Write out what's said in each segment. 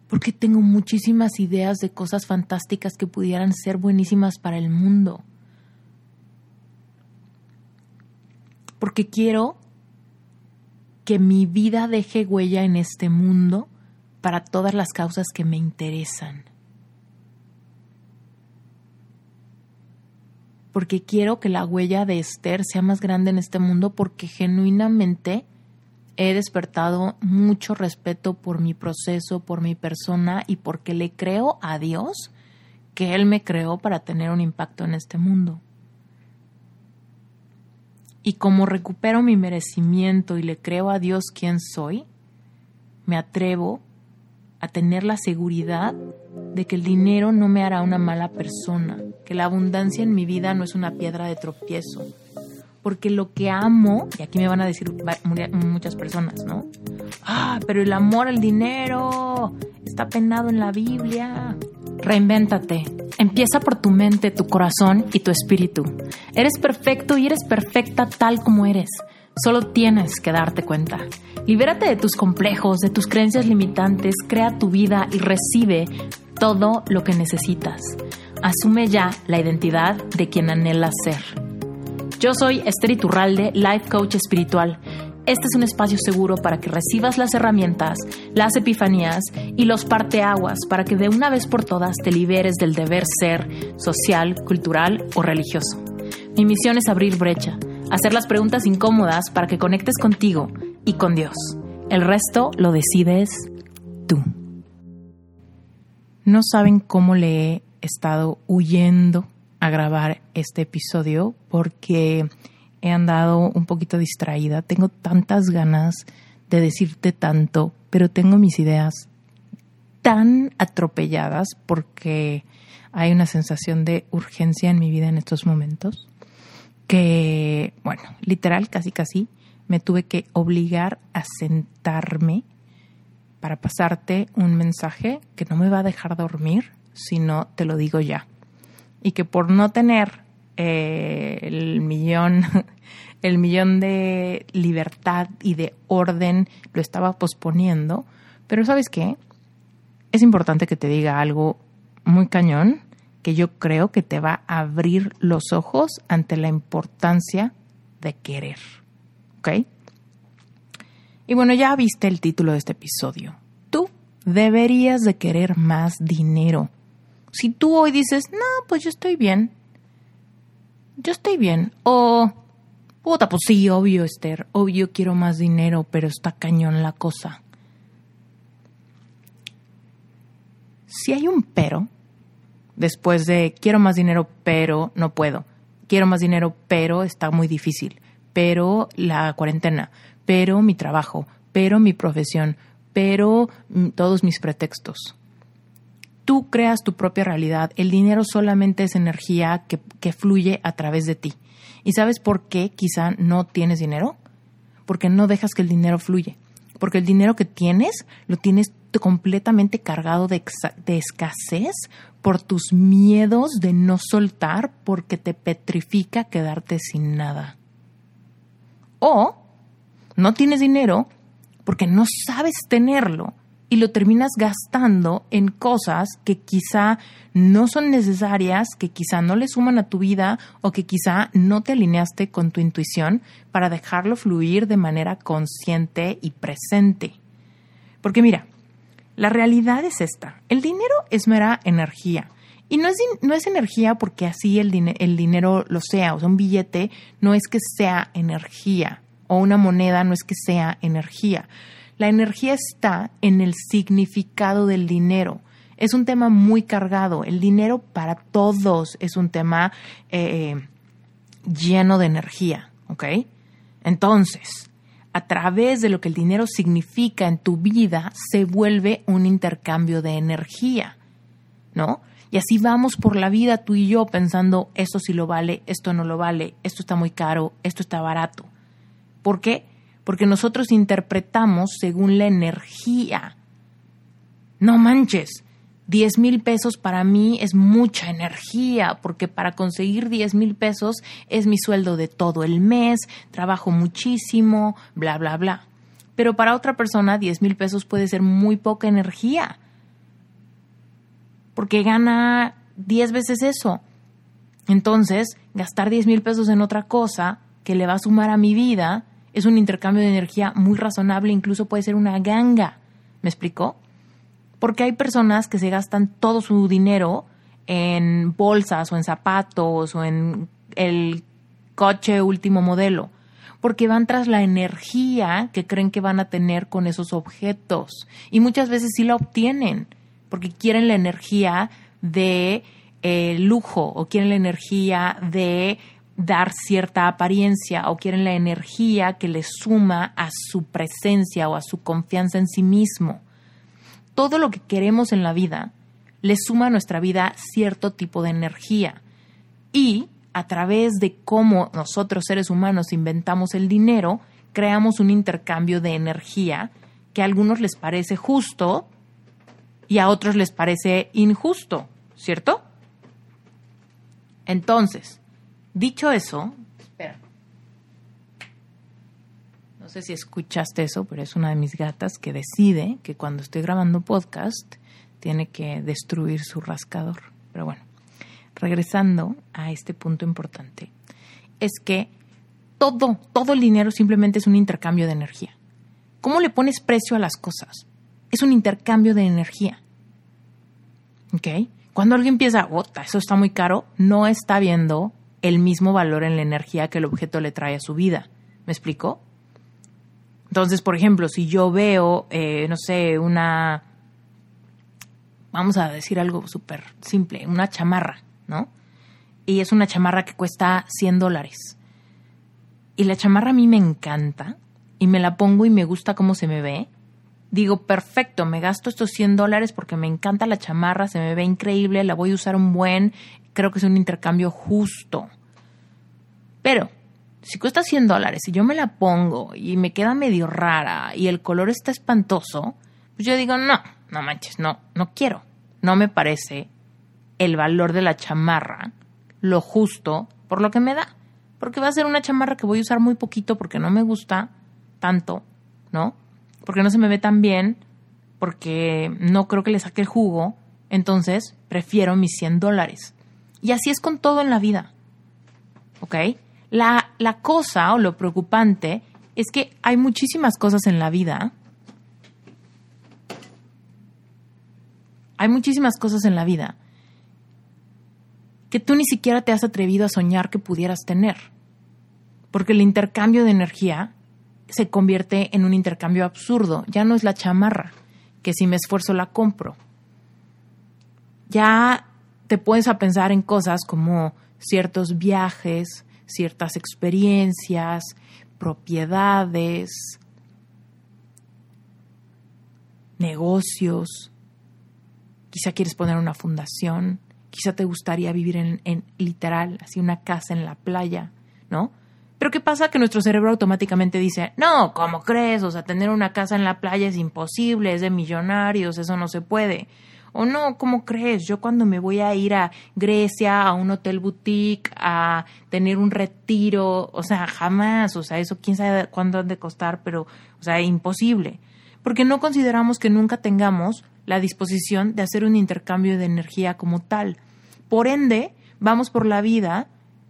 porque tengo muchísimas ideas de cosas fantásticas que pudieran ser buenísimas para el mundo. Porque quiero que mi vida deje huella en este mundo para todas las causas que me interesan. Porque quiero que la huella de Esther sea más grande en este mundo, porque genuinamente he despertado mucho respeto por mi proceso, por mi persona, y porque le creo a Dios que Él me creó para tener un impacto en este mundo. Y como recupero mi merecimiento y le creo a Dios quién soy, me atrevo a tener la seguridad de que el dinero no me hará una mala persona, que la abundancia en mi vida no es una piedra de tropiezo. Porque lo que amo, y aquí me van a decir muchas personas, ¿no? Pero el amor al dinero está penado en la Biblia. Reinvéntate. Empieza por tu mente, tu corazón y tu espíritu. Eres perfecto y eres perfecta tal como eres. Solo tienes que darte cuenta. Libérate de tus complejos, de tus creencias limitantes, crea tu vida y recibe todo lo que necesitas. Asume ya la identidad de quien anhelas ser. Yo soy Esther Iturralde, Life Coach Espiritual. Este es un espacio seguro para que recibas las herramientas, las epifanías y los parteaguas para que de una vez por todas te liberes del deber ser social, cultural o religioso. Mi misión es abrir brecha, hacer las preguntas incómodas para que conectes contigo y con Dios. El resto lo decides tú. No saben cómo le he estado huyendo a grabar este episodio porque he andado un poquito distraída. Tengo tantas ganas de decirte tanto, pero tengo mis ideas tan atropelladas porque hay una sensación de urgencia en mi vida en estos momentos que, bueno, literal, casi me tuve que obligar a sentarme para pasarte un mensaje que no me va a dejar dormir si no te lo digo ya. Y que por no tener el millón de libertad y de orden lo estaba posponiendo. Pero ¿sabes qué? Es importante que te diga algo muy cañón que yo creo que te va a abrir los ojos ante la importancia de querer. ¿Ok? Y bueno, ya viste el título de este episodio. Tú deberías de querer más dinero. Si tú hoy dices, no, pues yo estoy bien. O, puta, pues sí, obvio, Esther, obvio quiero más dinero, pero está cañón la cosa. Si hay un pero, después de quiero más dinero, pero no puedo. Quiero más dinero, pero está muy difícil. Pero la cuarentena, pero mi trabajo, pero mi profesión, pero todos mis pretextos. Tú creas tu propia realidad. El dinero solamente es energía que fluye a través de ti. ¿Y sabes por qué quizá no tienes dinero? Porque no dejas que el dinero fluye. Porque el dinero que tienes, lo tienes completamente cargado de escasez por tus miedos de no soltar porque te petrifica quedarte sin nada. O no tienes dinero porque no sabes tenerlo y lo terminas gastando en cosas que quizá no son necesarias, que quizá no le suman a tu vida o que quizá no te alineaste con tu intuición para dejarlo fluir de manera consciente y presente. Porque mira, la realidad es esta. El dinero es mera energía. Y no es energía porque así el dinero lo sea. O sea, un billete no es que sea energía. O una moneda no es que sea energía. La energía está en el significado del dinero. Es un tema muy cargado. El dinero para todos es un tema lleno de energía, ¿ok? Entonces, a través de lo que el dinero significa en tu vida, se vuelve un intercambio de energía, ¿no? Y así vamos por la vida tú y yo pensando, esto sí lo vale, esto no lo vale, esto está muy caro, esto está barato. ¿Por qué? Porque nosotros interpretamos según la energía. No manches, 10,000 pesos para mí es mucha energía, porque para conseguir 10,000 pesos es mi sueldo de todo el mes, trabajo muchísimo, bla, bla, bla. Pero para otra persona 10,000 pesos puede ser muy poca energía. porque gana 10 veces eso. Entonces, gastar 10,000 pesos en otra cosa que le va a sumar a mi vida es un intercambio de energía muy razonable, incluso puede ser una ganga. ¿Me explicó? Porque hay personas que se gastan todo su dinero en bolsas o en zapatos o en el coche último modelo, porque van tras la energía que creen que van a tener con esos objetos. Y muchas veces sí la obtienen, porque quieren la energía de lujo o quieren la energía de dar cierta apariencia o quieren la energía que les suma a su presencia o a su confianza en sí mismo. Todo lo que queremos en la vida le suma a nuestra vida cierto tipo de energía. Y a través de cómo nosotros seres humanos inventamos el dinero, creamos un intercambio de energía que a algunos les parece justo y a otros les parece injusto, ¿cierto? Entonces, dicho eso, espera. No sé si escuchaste eso, pero es una de mis gatas que decide que cuando estoy grabando podcast tiene que destruir su rascador. Pero bueno, regresando a este punto importante, es que todo el dinero simplemente es un intercambio de energía. ¿Cómo le pones precio a las cosas? Es un intercambio de energía. ¿Ok? Cuando alguien piensa, eso está muy caro, no está viendo el mismo valor en la energía que el objeto le trae a su vida. ¿Me explico? Entonces, por ejemplo, si yo veo, vamos a decir algo súper simple, una chamarra, ¿no? Y es una chamarra que cuesta $100. Y la chamarra a mí me encanta y me la pongo y me gusta cómo se me ve. Digo, perfecto, me gasto estos $100 porque me encanta la chamarra, se me ve increíble, la voy a usar creo que es un intercambio justo. Pero si cuesta $100 y yo me la pongo y me queda medio rara y el color está espantoso, pues yo digo, no manches, no quiero. No me parece el valor de la chamarra lo justo por lo que me da. Porque va a ser una chamarra que voy a usar muy poquito porque no me gusta tanto, ¿no? Porque no se me ve tan bien, porque no creo que le saque el jugo. Entonces, prefiero mis $100. Y así es con todo en la vida, ¿ok? La cosa o lo preocupante es que hay muchísimas cosas en la vida. Hay muchísimas cosas en la vida que tú ni siquiera te has atrevido a soñar que pudieras tener. Porque el intercambio de energía se convierte en un intercambio absurdo. Ya no es la chamarra, que si me esfuerzo la compro. Ya te puedes a pensar en cosas como ciertos viajes, ciertas experiencias, propiedades, negocios. Quizá quieres poner una fundación, quizá te gustaría vivir en literal, así una casa en la playa, ¿no? Pero ¿qué pasa? Que nuestro cerebro automáticamente dice, no, ¿cómo crees? O sea, tener una casa en la playa es imposible, es de millonarios, eso no se puede. O no, ¿cómo crees? Yo cuando me voy a ir a Grecia, a un hotel boutique, a tener un retiro, o sea, jamás, o sea, eso quién sabe cuánto han de costar, pero, o sea, imposible. Porque no consideramos que nunca tengamos la disposición de hacer un intercambio de energía como tal. Por ende, vamos por la vida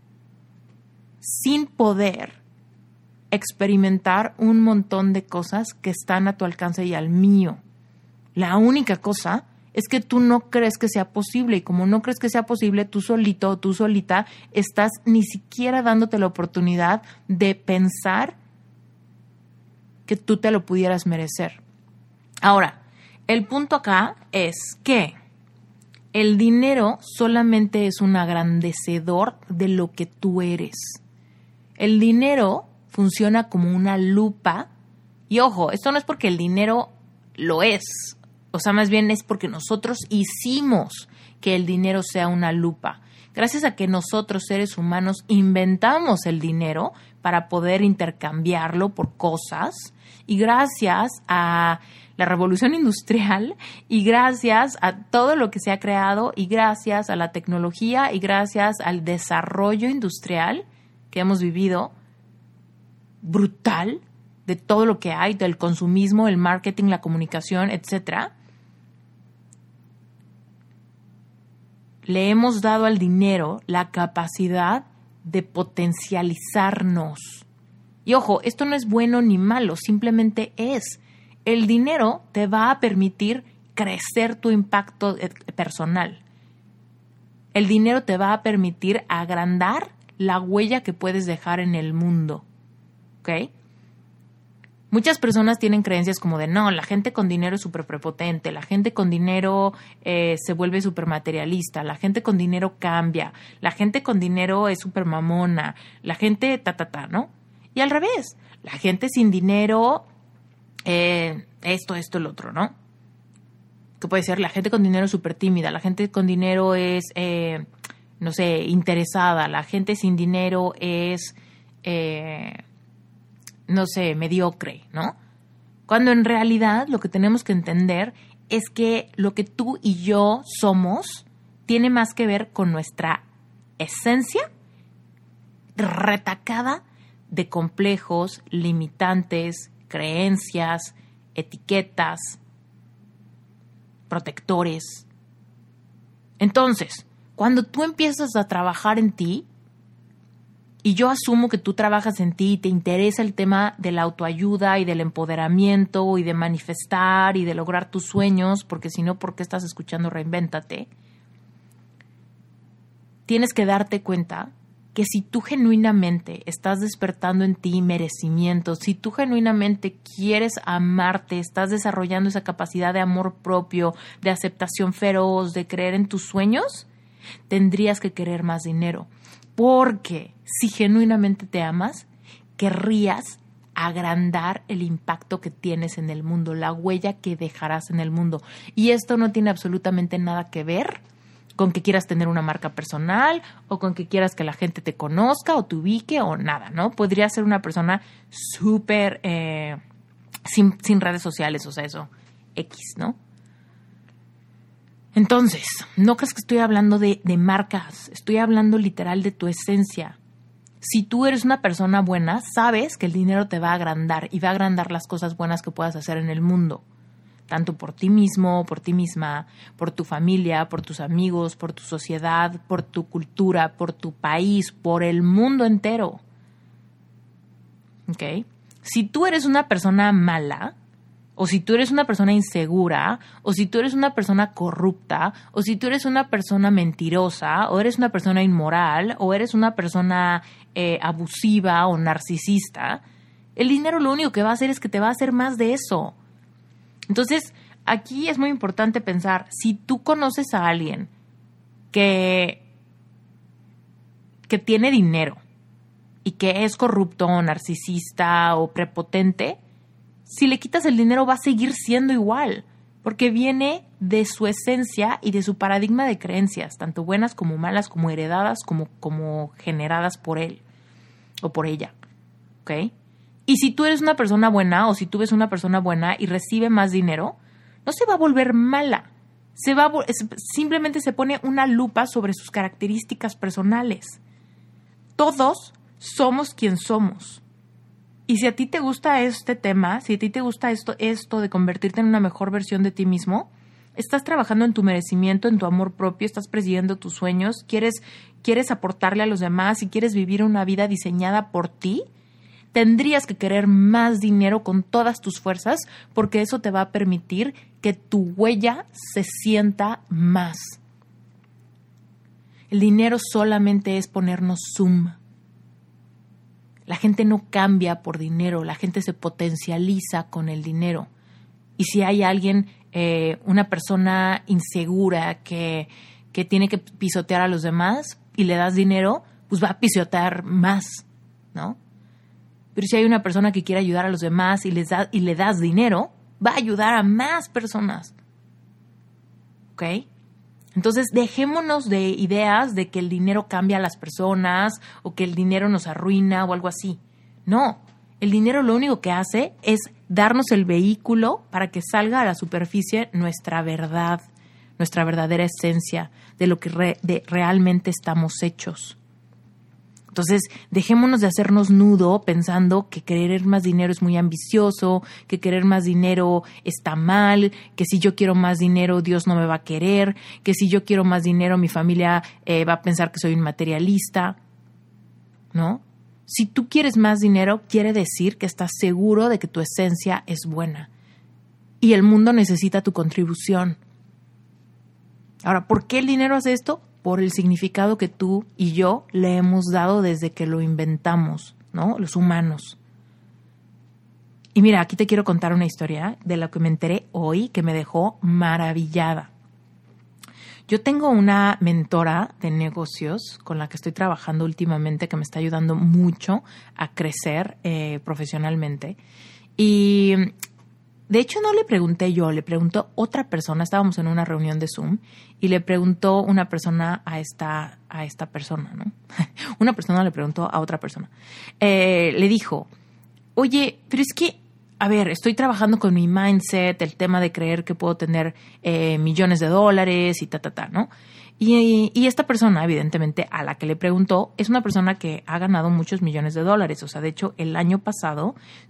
sin poder experimentar un montón de cosas que están a tu alcance y al mío. La única cosa es que tú no crees que sea posible, y como no crees que sea posible, tú solito o tú solita estás ni siquiera dándote la oportunidad de pensar que tú te lo pudieras merecer. Ahora, el punto acá es que el dinero solamente es un agrandecedor de lo que tú eres. El dinero funciona como una lupa. Y ojo, esto no es porque el dinero lo es. O sea, más bien es porque nosotros hicimos que el dinero sea una lupa. Gracias a que nosotros, seres humanos, inventamos el dinero para poder intercambiarlo por cosas. Y gracias a la revolución industrial y gracias a todo lo que se ha creado y gracias a la tecnología y gracias al desarrollo industrial que hemos vivido brutal de todo lo que hay, del consumismo, el marketing, la comunicación, etcétera, le hemos dado al dinero la capacidad de potencializarnos. Y ojo, esto no es bueno ni malo, simplemente es. El dinero te va a permitir crecer tu impacto personal. El dinero te va a permitir agrandar la huella que puedes dejar en el mundo. ¿Ok? Muchas personas tienen creencias como de, no, la gente con dinero es súper prepotente, la gente con dinero se vuelve súper materialista, la gente con dinero cambia, la gente con dinero es súper mamona, la gente ¿no? Y al revés, la gente sin dinero, esto, el otro, ¿no? Que puede ser, la gente con dinero es súper tímida, la gente con dinero es, no sé, interesada, la gente sin dinero es, no sé, mediocre, ¿no? Cuando en realidad lo que tenemos que entender es que lo que tú y yo somos tiene más que ver con nuestra esencia retacada de complejos, limitantes, creencias, etiquetas, protectores. Entonces, cuando tú empiezas a trabajar en ti, y yo asumo que tú trabajas en ti y te interesa el tema de la autoayuda y del empoderamiento y de manifestar y de lograr tus sueños, porque si no, ¿por qué estás escuchando Reinvéntate? Tienes que darte cuenta que si tú genuinamente estás despertando en ti merecimiento, si tú genuinamente quieres amarte, estás desarrollando esa capacidad de amor propio, de aceptación feroz, de creer en tus sueños, tendrías que querer más dinero. Porque si genuinamente te amas, querrías agrandar el impacto que tienes en el mundo, la huella que dejarás en el mundo. Y esto no tiene absolutamente nada que ver con que quieras tener una marca personal o con que quieras que la gente te conozca o te ubique o nada, ¿no? Podrías ser una persona súper sin redes sociales, o sea, eso, X, ¿no? Entonces, no creas que estoy hablando de marcas, estoy hablando literal de tu esencia. Si tú eres una persona buena, sabes que el dinero te va a agrandar y va a agrandar las cosas buenas que puedas hacer en el mundo. Tanto por ti mismo, por ti misma, por tu familia, por tus amigos, por tu sociedad, por tu cultura, por tu país, por el mundo entero. ¿Ok? Si tú eres una persona mala, o si tú eres una persona insegura, o si tú eres una persona corrupta, o si tú eres una persona mentirosa, o eres una persona inmoral, o eres una persona abusiva o narcisista, el dinero lo único que va a hacer es que te va a hacer más de eso. Entonces, aquí es muy importante pensar, si tú conoces a alguien que tiene dinero y que es corrupto o narcisista o prepotente, si le quitas el dinero va a seguir siendo igual, porque viene de su esencia y de su paradigma de creencias, tanto buenas como malas, como heredadas, como generadas por él o por ella, ¿ok? Y si tú eres una persona buena o si tú ves una persona buena y recibe más dinero, no se va a volver mala. Simplemente se pone una lupa sobre sus características personales. Todos somos quien somos. Y si a ti te gusta este tema, si a ti te gusta esto de convertirte en una mejor versión de ti mismo, estás trabajando en tu merecimiento, en tu amor propio, estás persiguiendo tus sueños, quieres aportarle a los demás y quieres vivir una vida diseñada por ti, tendrías que querer más dinero con todas tus fuerzas porque eso te va a permitir que tu huella se sienta más. El dinero solamente es ponernos zoom. La gente no cambia por dinero, la gente se potencializa con el dinero. Y si hay alguien, una persona insegura que tiene que pisotear a los demás y le das dinero, pues va a pisotear más, ¿no? Pero si hay una persona que quiere ayudar a los demás y le das dinero, va a ayudar a más personas. ¿Ok? Entonces, dejémonos de ideas de que el dinero cambia a las personas o que el dinero nos arruina o algo así. No, el dinero lo único que hace es darnos el vehículo para que salga a la superficie nuestra verdad, nuestra verdadera esencia de lo que realmente estamos hechos. Entonces, dejémonos de hacernos nudo pensando que querer más dinero es muy ambicioso, que querer más dinero está mal, que si yo quiero más dinero Dios no me va a querer, que si yo quiero más dinero mi familia va a pensar que soy un materialista, ¿no? Si tú quieres más dinero, quiere decir que estás seguro de que tu esencia es buena y el mundo necesita tu contribución. Ahora, ¿por qué el dinero hace esto? Por el significado que tú y yo le hemos dado desde que lo inventamos, ¿no? Los humanos. Y mira, aquí te quiero contar una historia de la que me enteré hoy que me dejó maravillada. Yo tengo una mentora de negocios con la que estoy trabajando últimamente que me está ayudando mucho a crecer profesionalmente. Y de hecho no le pregunté yo, le preguntó otra persona. Estábamos en una reunión de Zoom y le preguntó una persona a esta persona, ¿no? Una persona le preguntó a otra persona. Le dijo, oye, pero es que, a ver, estoy trabajando con mi mindset, el tema de creer que puedo tener millones de dólares y ¿no? Y esta persona, evidentemente, a la que le preguntó, es una persona que ha ganado muchos millones de dólares. O sea, de hecho, el año pasado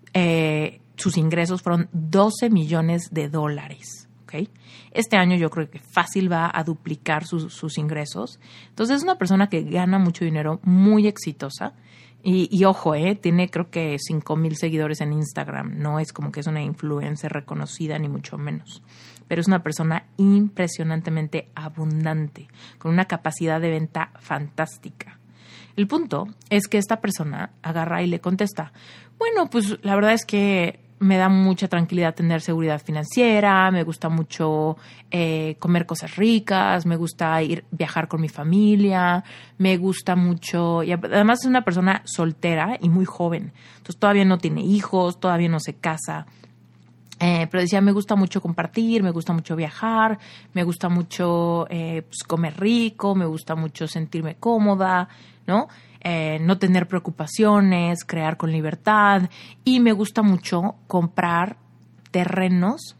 sus ingresos fueron 12 millones de dólares. ¿Okay? Este año yo creo que fácil va a duplicar sus ingresos. Entonces, es una persona que gana mucho dinero, muy exitosa. Y ojo, tiene creo que 5,000 seguidores en Instagram. No es como que es una influencer reconocida, ni mucho menos. Pero es una persona impresionantemente abundante, con una capacidad de venta fantástica. El punto es que esta persona agarra y le contesta, bueno, pues la verdad es que me da mucha tranquilidad tener seguridad financiera, me gusta mucho comer cosas ricas, me gusta viajar con mi familia, me gusta mucho, y además es una persona soltera y muy joven, entonces todavía no tiene hijos, todavía no se casa. Pero decía, me gusta mucho compartir, me gusta mucho viajar, me gusta mucho pues comer rico, me gusta mucho sentirme cómoda, ¿no? No tener preocupaciones, crear con libertad y me gusta mucho comprar terrenos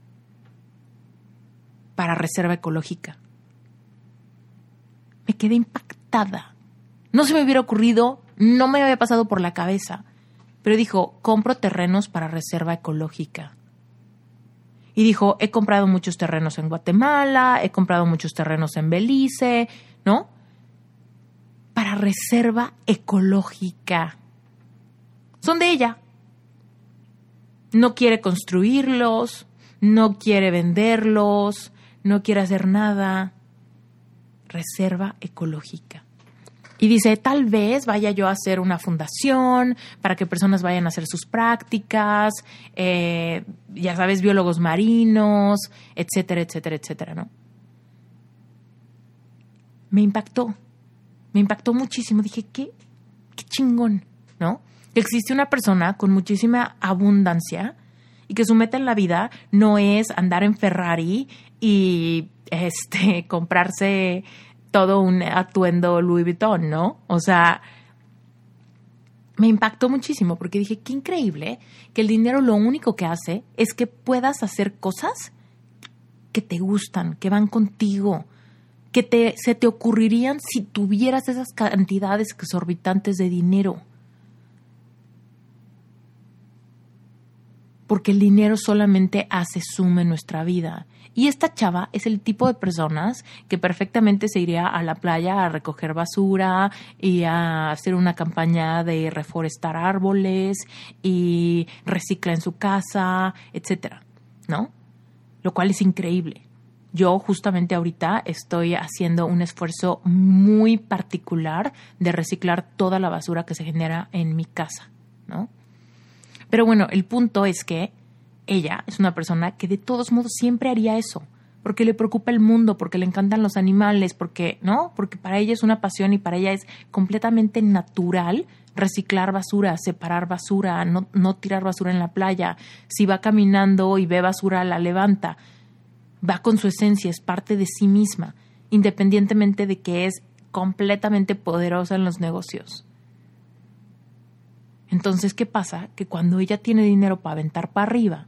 para reserva ecológica. Me quedé impactada. No se me hubiera ocurrido, no me había pasado por la cabeza, pero dijo, compro terrenos para reserva ecológica. Y dijo, he comprado muchos terrenos en Guatemala, he comprado muchos terrenos en Belice, ¿no? Para reserva ecológica. Son de ella. No quiere construirlos, no quiere venderlos, no quiere hacer nada. Reserva ecológica. Y dice, tal vez vaya yo a hacer una fundación para que personas vayan a hacer sus prácticas, ya sabes, biólogos marinos, etcétera, etcétera, etcétera, ¿no? Me impactó muchísimo. Dije, qué chingón, ¿no? Que existe una persona con muchísima abundancia y que su meta en la vida no es andar en Ferrari y comprarse todo un atuendo Louis Vuitton, ¿no? O sea, me impactó muchísimo porque dije, qué increíble que el dinero lo único que hace es que puedas hacer cosas que te gustan, que van contigo, que se te ocurrirían si tuvieras esas cantidades exorbitantes de dinero. Porque el dinero solamente hace suma en nuestra vida. Y esta chava es el tipo de personas que perfectamente se iría a la playa a recoger basura y a hacer una campaña de reforestar árboles y recicla en su casa, etcétera, ¿no? Lo cual es increíble. Yo justamente ahorita estoy haciendo un esfuerzo muy particular de reciclar toda la basura que se genera en mi casa, ¿no? Pero bueno, el punto es que ella es una persona que de todos modos siempre haría eso, porque le preocupa el mundo, porque le encantan los animales, porque, ¿no? Porque para ella es una pasión y para ella es completamente natural reciclar basura, separar basura, no tirar basura en la playa. Si va caminando y ve basura, la levanta. Va con su esencia, es parte de sí misma, independientemente de que es completamente poderosa en los negocios. Entonces, ¿qué pasa? Que cuando ella tiene dinero para aventar para arriba,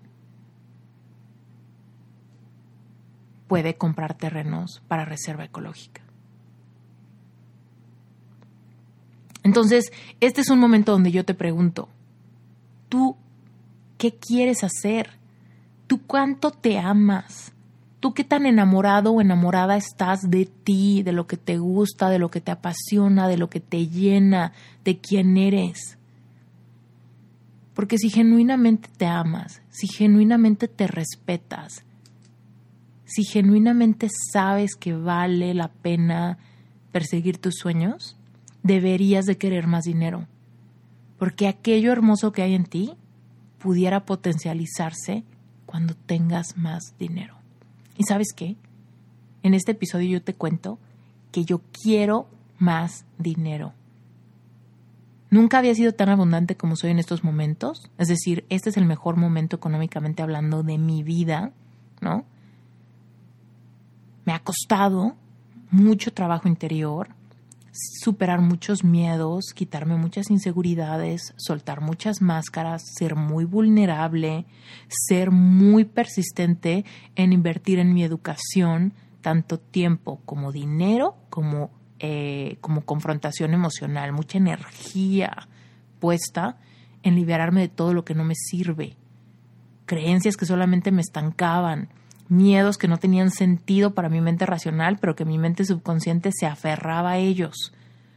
puede comprar terrenos para reserva ecológica. Entonces, este es un momento donde yo te pregunto, ¿tú qué quieres hacer? ¿Tú cuánto te amas? ¿Tú qué tan enamorado o enamorada estás de ti, de lo que te gusta, de lo que te apasiona, de lo que te llena, de quién eres? Porque si genuinamente te amas, si genuinamente te respetas, si genuinamente sabes que vale la pena perseguir tus sueños, deberías de querer más dinero. Porque aquello hermoso que hay en ti pudiera potencializarse cuando tengas más dinero. ¿Y sabes qué? En este episodio yo te cuento que yo quiero más dinero. Nunca había sido tan abundante como soy en estos momentos. Es decir, este es el mejor momento económicamente hablando de mi vida, ¿no? Me ha costado mucho trabajo interior, superar muchos miedos, quitarme muchas inseguridades, soltar muchas máscaras, ser muy vulnerable, ser muy persistente en invertir en mi educación, tanto tiempo como dinero, como confrontación emocional, mucha energía puesta en liberarme de todo lo que no me sirve, creencias que solamente me estancaban, miedos que no tenían sentido para mi mente racional, pero que mi mente subconsciente se aferraba a ellos.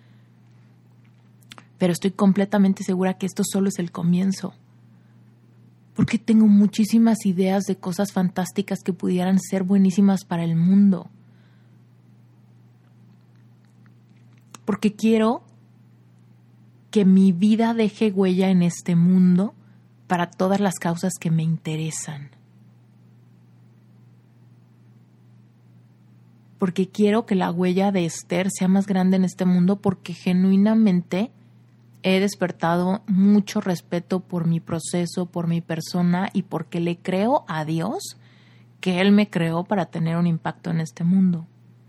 Pero estoy completamente segura que esto solo es el comienzo, porque tengo muchísimas ideas de cosas fantásticas que pudieran ser buenísimas para el mundo. Porque quiero que mi vida deje huella en este mundo para todas las causas que me interesan. Porque quiero que la huella de Esther sea más grande en este mundo, porque genuinamente he despertado mucho respeto por mi proceso, por mi persona y porque le creo a Dios que Él me creó para tener un impacto en este mundo.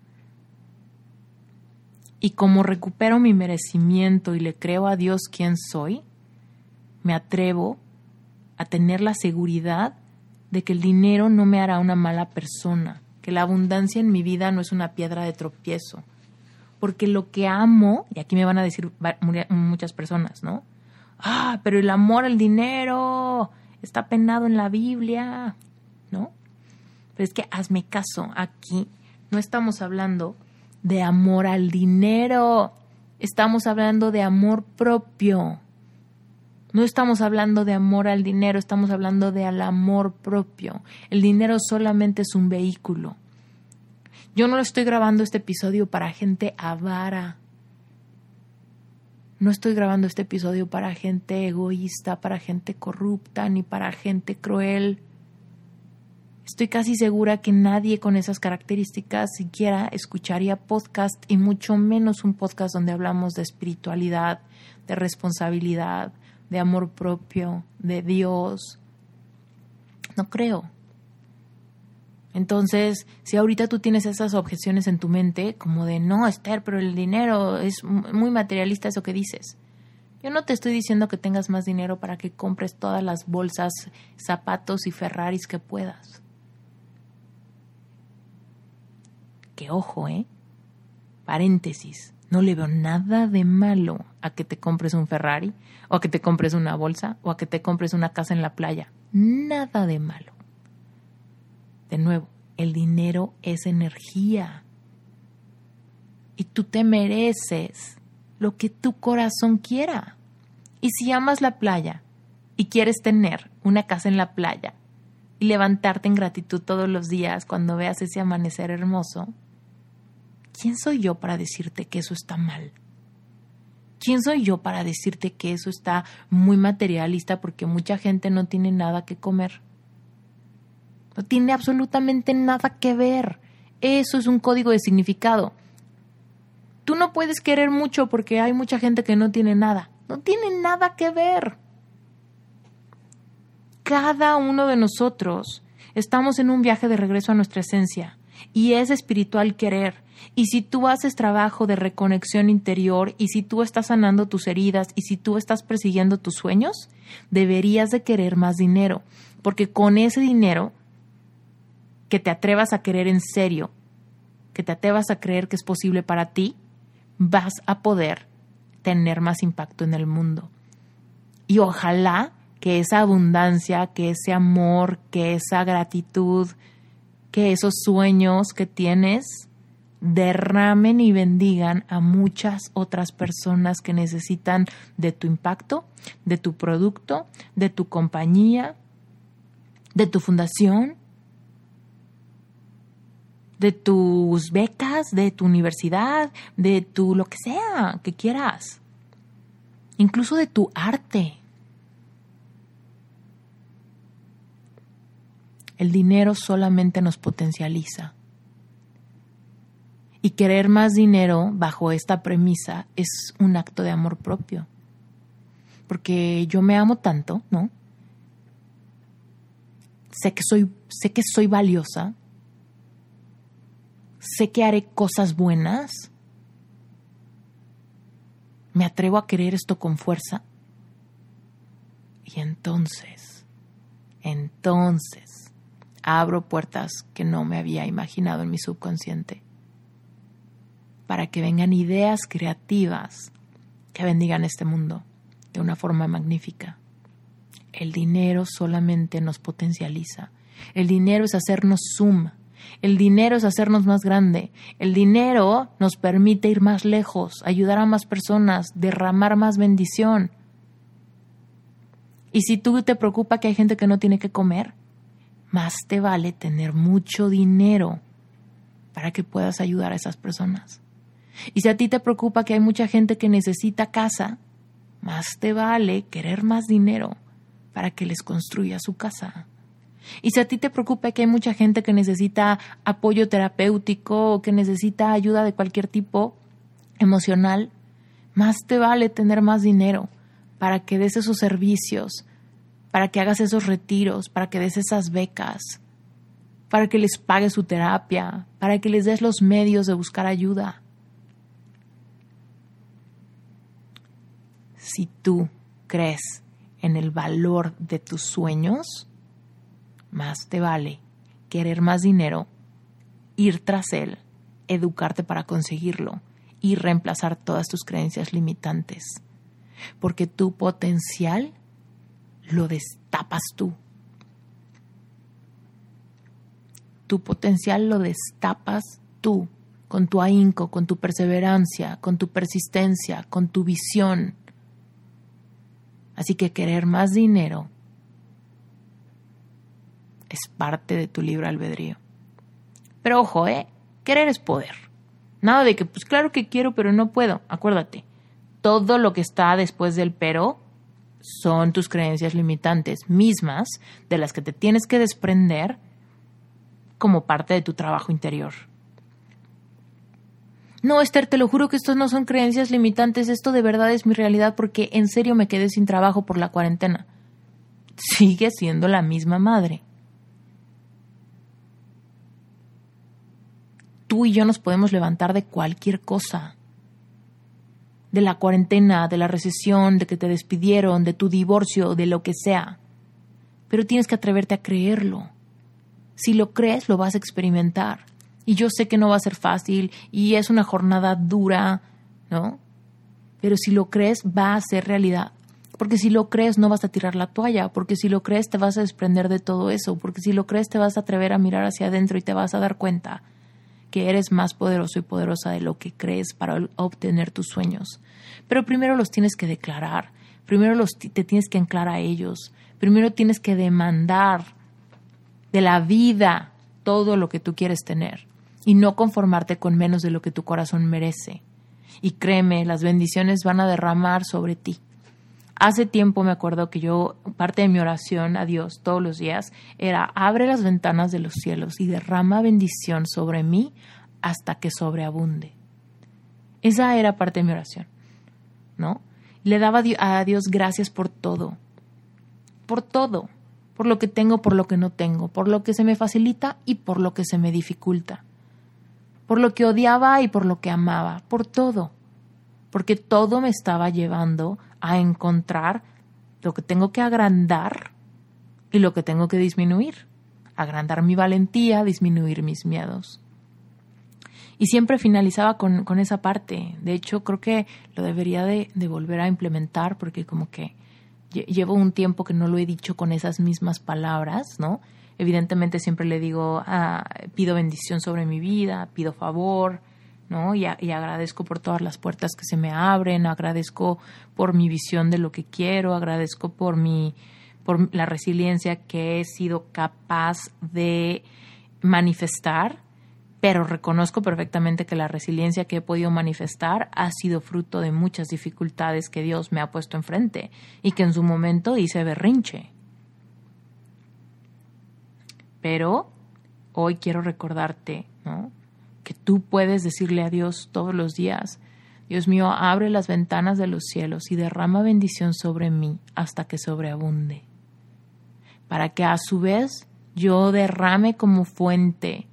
Y como recupero mi merecimiento y le creo a Dios quién soy, me atrevo a tener la seguridad de que el dinero no me hará una mala persona, que la abundancia en mi vida no es una piedra de tropiezo. Porque lo que amo, y aquí me van a decir muchas personas, ¿no? Pero el amor al dinero está penado en la Biblia, ¿no? Pero es que hazme caso, aquí no estamos hablando de amor al dinero, estamos hablando de amor propio. No estamos hablando de amor al dinero, estamos hablando de al amor propio. El dinero solamente es un vehículo. Yo no lo estoy grabando este episodio para gente avara. No estoy grabando este episodio para gente egoísta, para gente corrupta, ni para gente cruel. Estoy casi segura que nadie con esas características siquiera escucharía podcast, y mucho menos un podcast donde hablamos de espiritualidad, de responsabilidad, de amor propio, de Dios. No creo. Entonces, si ahorita tú tienes esas objeciones en tu mente, como de, no, Esther, pero el dinero es muy materialista eso que dices. Yo no te estoy diciendo que tengas más dinero para que compres todas las bolsas, zapatos y Ferraris que puedas. Que ojo, paréntesis, no le veo nada de malo a que te compres un Ferrari, o a que te compres una bolsa, o a que te compres una casa en la playa. Nada de malo. De nuevo, el dinero es energía. Y tú te mereces lo que tu corazón quiera. Y si amas la playa y quieres tener una casa en la playa y levantarte en gratitud todos los días cuando veas ese amanecer hermoso, ¿quién soy yo para decirte que eso está mal? ¿Quién soy yo para decirte que eso está muy materialista porque mucha gente no tiene nada que comer? No tiene absolutamente nada que ver. Eso es un código de significado. Tú no puedes querer mucho porque hay mucha gente que no tiene nada. No tiene nada que ver. Cada uno de nosotros estamos en un viaje de regreso a nuestra esencia. Y es espiritual querer. Y si tú haces trabajo de reconexión interior, y si tú estás sanando tus heridas, y si tú estás persiguiendo tus sueños, deberías de querer más dinero. Porque con ese dinero, que te atrevas a querer en serio, que te atrevas a creer que es posible para ti, vas a poder tener más impacto en el mundo. Y ojalá que esa abundancia, que ese amor, que esa gratitud, que esos sueños que tienes derramen y bendigan a muchas otras personas que necesitan de tu impacto, de tu producto, de tu compañía, de tu fundación, de tus becas, de tu universidad, de tu lo que sea que quieras, incluso de tu arte. El dinero solamente nos potencializa. Y querer más dinero bajo esta premisa es un acto de amor propio. Porque yo me amo tanto, ¿no? Sé que soy valiosa. Sé que haré cosas buenas. Me atrevo a querer esto con fuerza. Y entonces, abro puertas que no me había imaginado en mi subconsciente para que vengan ideas creativas que bendigan este mundo de una forma magnífica. El dinero solamente nos potencializa. El dinero es hacernos zoom. El dinero es hacernos más grande. El dinero nos permite ir más lejos, ayudar a más personas, derramar más bendición. Y si tú te preocupa que hay gente que no tiene que comer, más te vale tener mucho dinero para que puedas ayudar a esas personas. Y si a ti te preocupa que hay mucha gente que necesita casa, más te vale querer más dinero para que les construya su casa. Y si a ti te preocupa que hay mucha gente que necesita apoyo terapéutico o que necesita ayuda de cualquier tipo emocional, más te vale tener más dinero para que des esos servicios, para que hagas esos retiros, para que des esas becas, para que les pagues su terapia, para que les des los medios de buscar ayuda. Si tú crees en el valor de tus sueños, más te vale querer más dinero, ir tras él, educarte para conseguirlo y reemplazar todas tus creencias limitantes. Porque tu potencial lo destapas tú. Tu potencial lo destapas tú, con tu ahínco, con tu perseverancia, con tu persistencia, con tu visión. Así que querer más dinero es parte de tu libre albedrío. Pero ojo, querer es poder. Nada de que, pues claro que quiero, pero no puedo. Acuérdate, todo lo que está después del pero son tus creencias limitantes mismas de las que te tienes que desprender como parte de tu trabajo interior. No, Esther, te lo juro que estos no son creencias limitantes, esto de verdad es mi realidad porque en serio me quedé sin trabajo por la cuarentena. Sigue siendo la misma madre. Tú y yo nos podemos levantar de cualquier cosa. De la cuarentena, de la recesión, de que te despidieron, de tu divorcio, de lo que sea. Pero tienes que atreverte a creerlo. Si lo crees, lo vas a experimentar. Y yo sé que no va a ser fácil y es una jornada dura, ¿no? Pero si lo crees, va a ser realidad. Porque si lo crees, no vas a tirar la toalla. Porque si lo crees, te vas a desprender de todo eso. Porque si lo crees, te vas a atrever a mirar hacia adentro y te vas a dar cuenta que eres más poderoso y poderosa de lo que crees para obtener tus sueños. Pero primero los tienes que declarar. Primero te tienes que anclar a ellos. Primero tienes que demandar de la vida todo lo que tú quieres tener. Y no conformarte con menos de lo que tu corazón merece. Y créeme, las bendiciones van a derramar sobre ti. Hace tiempo me acuerdo que parte de mi oración a Dios todos los días era: abre las ventanas de los cielos y derrama bendición sobre mí hasta que sobreabunde. Esa era parte de mi oración, ¿no? Le daba a Dios gracias por todo, por lo que tengo, por lo que no tengo, por lo que se me facilita y por lo que se me dificulta. Por lo que odiaba y por lo que amaba, por todo. Porque todo me estaba llevando a encontrar lo que tengo que agrandar y lo que tengo que disminuir. Agrandar mi valentía, disminuir mis miedos. Y siempre finalizaba con esa parte. De hecho, creo que lo debería de volver a implementar porque como que llevo un tiempo que no lo he dicho con esas mismas palabras, ¿no? Evidentemente siempre le digo, pido bendición sobre mi vida, pido favor, ¿no? Y agradezco por todas las puertas que se me abren, agradezco por mi visión de lo que quiero, agradezco por la resiliencia que he sido capaz de manifestar, pero reconozco perfectamente que la resiliencia que he podido manifestar ha sido fruto de muchas dificultades que Dios me ha puesto enfrente y que en su momento hice berrinche. Pero hoy quiero recordarte, ¿no?, que tú puedes decirle a Dios todos los días: Dios mío, abre las ventanas de los cielos y derrama bendición sobre mí hasta que sobreabunde, para que a su vez yo derrame como fuente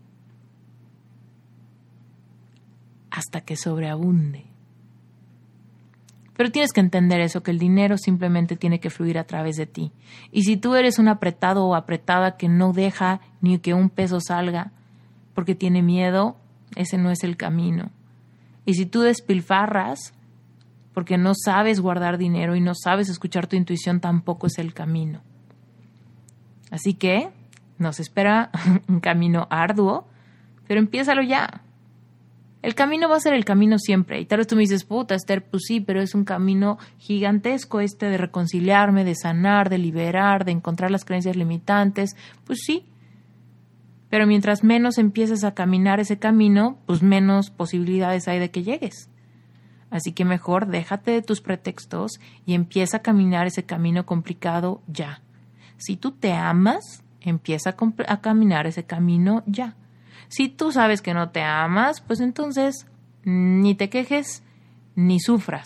hasta que sobreabunde. Pero tienes que entender eso, que el dinero simplemente tiene que fluir a través de ti. Y si tú eres un apretado o apretada que no deja ni que un peso salga porque tiene miedo, ese no es el camino. Y si tú despilfarras porque no sabes guardar dinero y no sabes escuchar tu intuición, tampoco es el camino. Así que nos espera un camino arduo, pero empiézalo ya. El camino va a ser el camino siempre. Y tal vez tú me dices, puta, Esther, pues sí, pero es un camino gigantesco de reconciliarme, de sanar, de liberar, de encontrar las creencias limitantes. Pues sí. Pero mientras menos empieces a caminar ese camino, pues menos posibilidades hay de que llegues. Así que mejor déjate de tus pretextos y empieza a caminar ese camino complicado ya. Si tú te amas, empieza a caminar ese camino ya. Si tú sabes que no te amas, pues entonces ni te quejes ni sufras.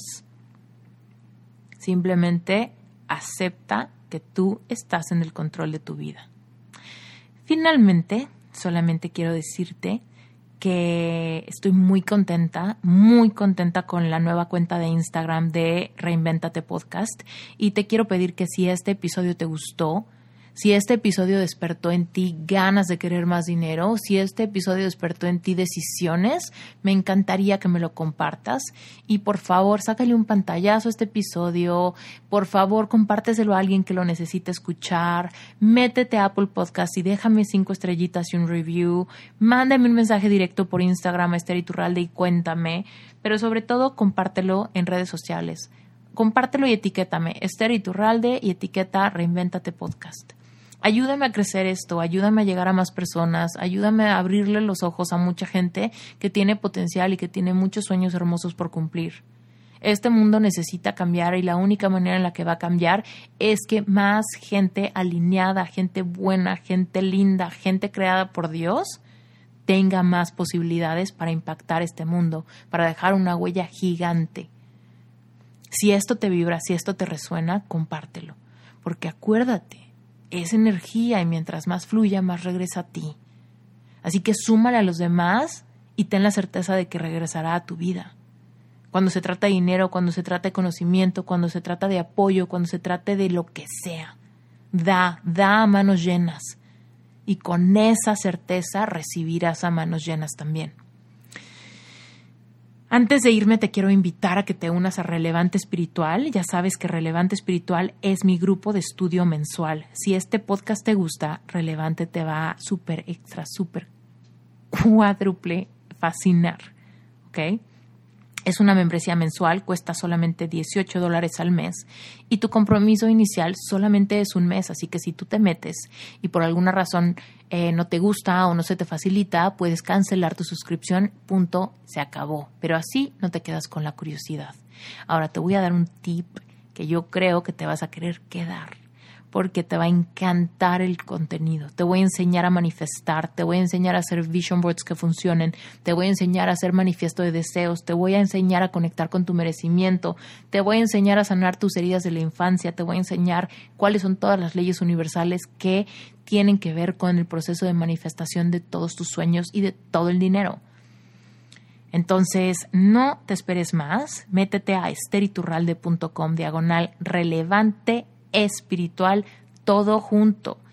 Simplemente acepta que tú estás en el control de tu vida. Finalmente, solamente quiero decirte que estoy muy contenta con la nueva cuenta de Instagram de Reinvéntate Podcast, y te quiero pedir que si este episodio te gustó, si este episodio despertó en ti ganas de querer más dinero, si este episodio despertó en ti decisiones, me encantaría que me lo compartas. Y por favor, sácale un pantallazo a este episodio. Por favor, compárteselo a alguien que lo necesite escuchar. Métete a Apple Podcast y déjame 5 estrellitas y un review. Mándame un mensaje directo por Instagram a Esther Iturralde y cuéntame. Pero sobre todo, compártelo en redes sociales. Compártelo y etiquétame, Esther Iturralde, y etiqueta Reinvéntate Podcast. Ayúdame a crecer esto, ayúdame a llegar a más personas, ayúdame a abrirle los ojos a mucha gente que tiene potencial y que tiene muchos sueños hermosos por cumplir. Este mundo necesita cambiar y la única manera en la que va a cambiar es que más gente alineada, gente buena, gente linda, gente creada por Dios tenga más posibilidades para impactar este mundo, para dejar una huella gigante. Si esto te vibra, si esto te resuena, compártelo. Porque acuérdate, es energía y mientras más fluya, más regresa a ti. Así que súmale a los demás y ten la certeza de que regresará a tu vida. Cuando se trata de dinero, cuando se trata de conocimiento, cuando se trata de apoyo, cuando se trate de lo que sea, da a manos llenas. Y con esa certeza recibirás a manos llenas también. Antes de irme, te quiero invitar a que te unas a Relevante Espiritual. Ya sabes que Relevante Espiritual es mi grupo de estudio mensual. Si este podcast te gusta, Relevante te va a súper extra, súper cuádruple fascinar. ¿Ok? Es una membresía mensual, cuesta solamente $18 al mes y tu compromiso inicial solamente es un mes. Así que si tú te metes y por alguna razón no te gusta o no se te facilita, puedes cancelar tu suscripción, punto, se acabó. Pero así no te quedas con la curiosidad. Ahora te voy a dar un tip que yo creo que te vas a querer quedar, porque te va a encantar el contenido. Te voy a enseñar a manifestar, te voy a enseñar a hacer vision boards que funcionen, te voy a enseñar a hacer manifiesto de deseos, te voy a enseñar a conectar con tu merecimiento, te voy a enseñar a sanar tus heridas de la infancia, te voy a enseñar cuáles son todas las leyes universales que tienen que ver con el proceso de manifestación de todos tus sueños y de todo el dinero. Entonces, no te esperes más, métete a esteriturralde.com/relevante espiritual, todo junto.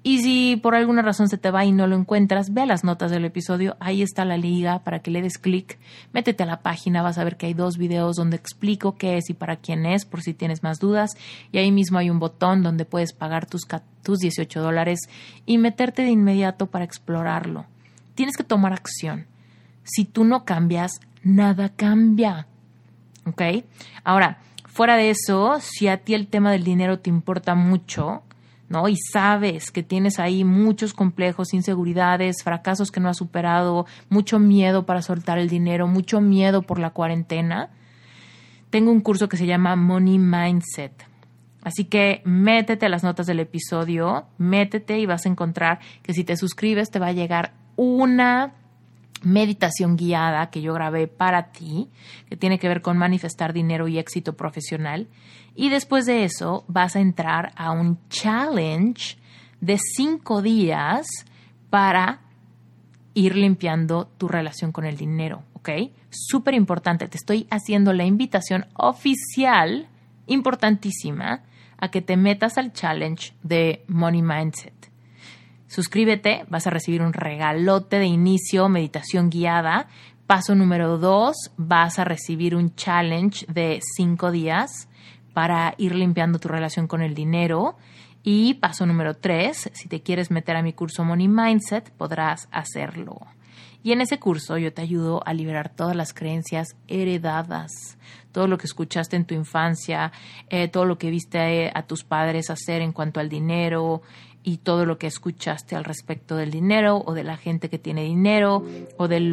Y si por alguna razón se te va y no lo encuentras, ve a las notas del episodio. Ahí está la liga para que le des clic. Métete a la página, vas a ver que hay 2 videos donde explico qué es y para quién es, por si tienes más dudas. Y ahí mismo hay un botón donde puedes pagar tus $18 y meterte de inmediato para explorarlo. Tienes que tomar acción. Si tú no cambias, nada cambia. ¿Ok? Ahora, fuera de eso, si a ti el tema del dinero te importa mucho, ¿no? Y sabes que tienes ahí muchos complejos, inseguridades, fracasos que no has superado, mucho miedo para soltar el dinero, mucho miedo por la cuarentena, tengo un curso que se llama Money Mindset. Así que métete a las notas del episodio, métete y vas a encontrar que si te suscribes te va a llegar una meditación guiada que yo grabé para ti, que tiene que ver con manifestar dinero y éxito profesional. Y después de eso vas a entrar a un challenge de 5 días para ir limpiando tu relación con el dinero, ¿ok? Súper importante, te estoy haciendo la invitación oficial, importantísima, a que te metas al challenge de Money Mindset. Suscríbete, vas a recibir un regalote de inicio, meditación guiada. Paso número 2, vas a recibir un challenge de 5 días para ir limpiando tu relación con el dinero. Y paso número 3, si te quieres meter a mi curso Money Mindset, podrás hacerlo. Y en ese curso yo te ayudo a liberar todas las creencias heredadas, todo lo que escuchaste en tu infancia, todo lo que viste a tus padres hacer en cuanto al dinero y todo lo que escuchaste al respecto del dinero o de la gente que tiene dinero o de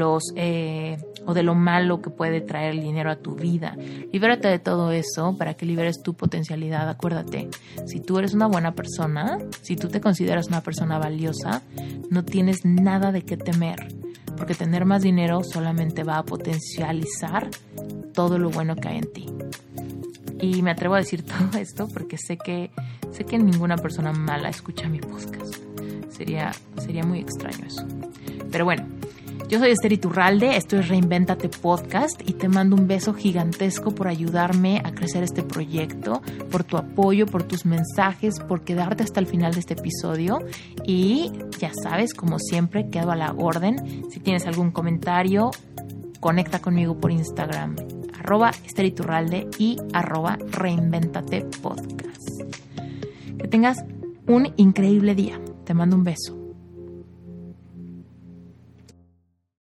lo malo que puede traer el dinero a tu vida. Libérate de todo eso para que liberes tu potencialidad. Acuérdate, si tú eres una buena persona, si tú te consideras una persona valiosa, no tienes nada de qué temer, porque tener más dinero solamente va a potencializar todo lo bueno que hay en ti. Y me atrevo a decir todo esto porque sé que ninguna persona mala escucha mi podcast. Sería muy extraño eso. Pero bueno, yo soy Esther Iturralde, esto es Reinvéntate Podcast y te mando un beso gigantesco por ayudarme a crecer este proyecto, por tu apoyo, por tus mensajes, por quedarte hasta el final de este episodio. Y ya sabes, como siempre, quedo a la orden. Si tienes algún comentario, conecta conmigo por Instagram, @Esther Iturralde y @Reinvéntate Podcast. Que tengas un increíble día. Te mando un beso.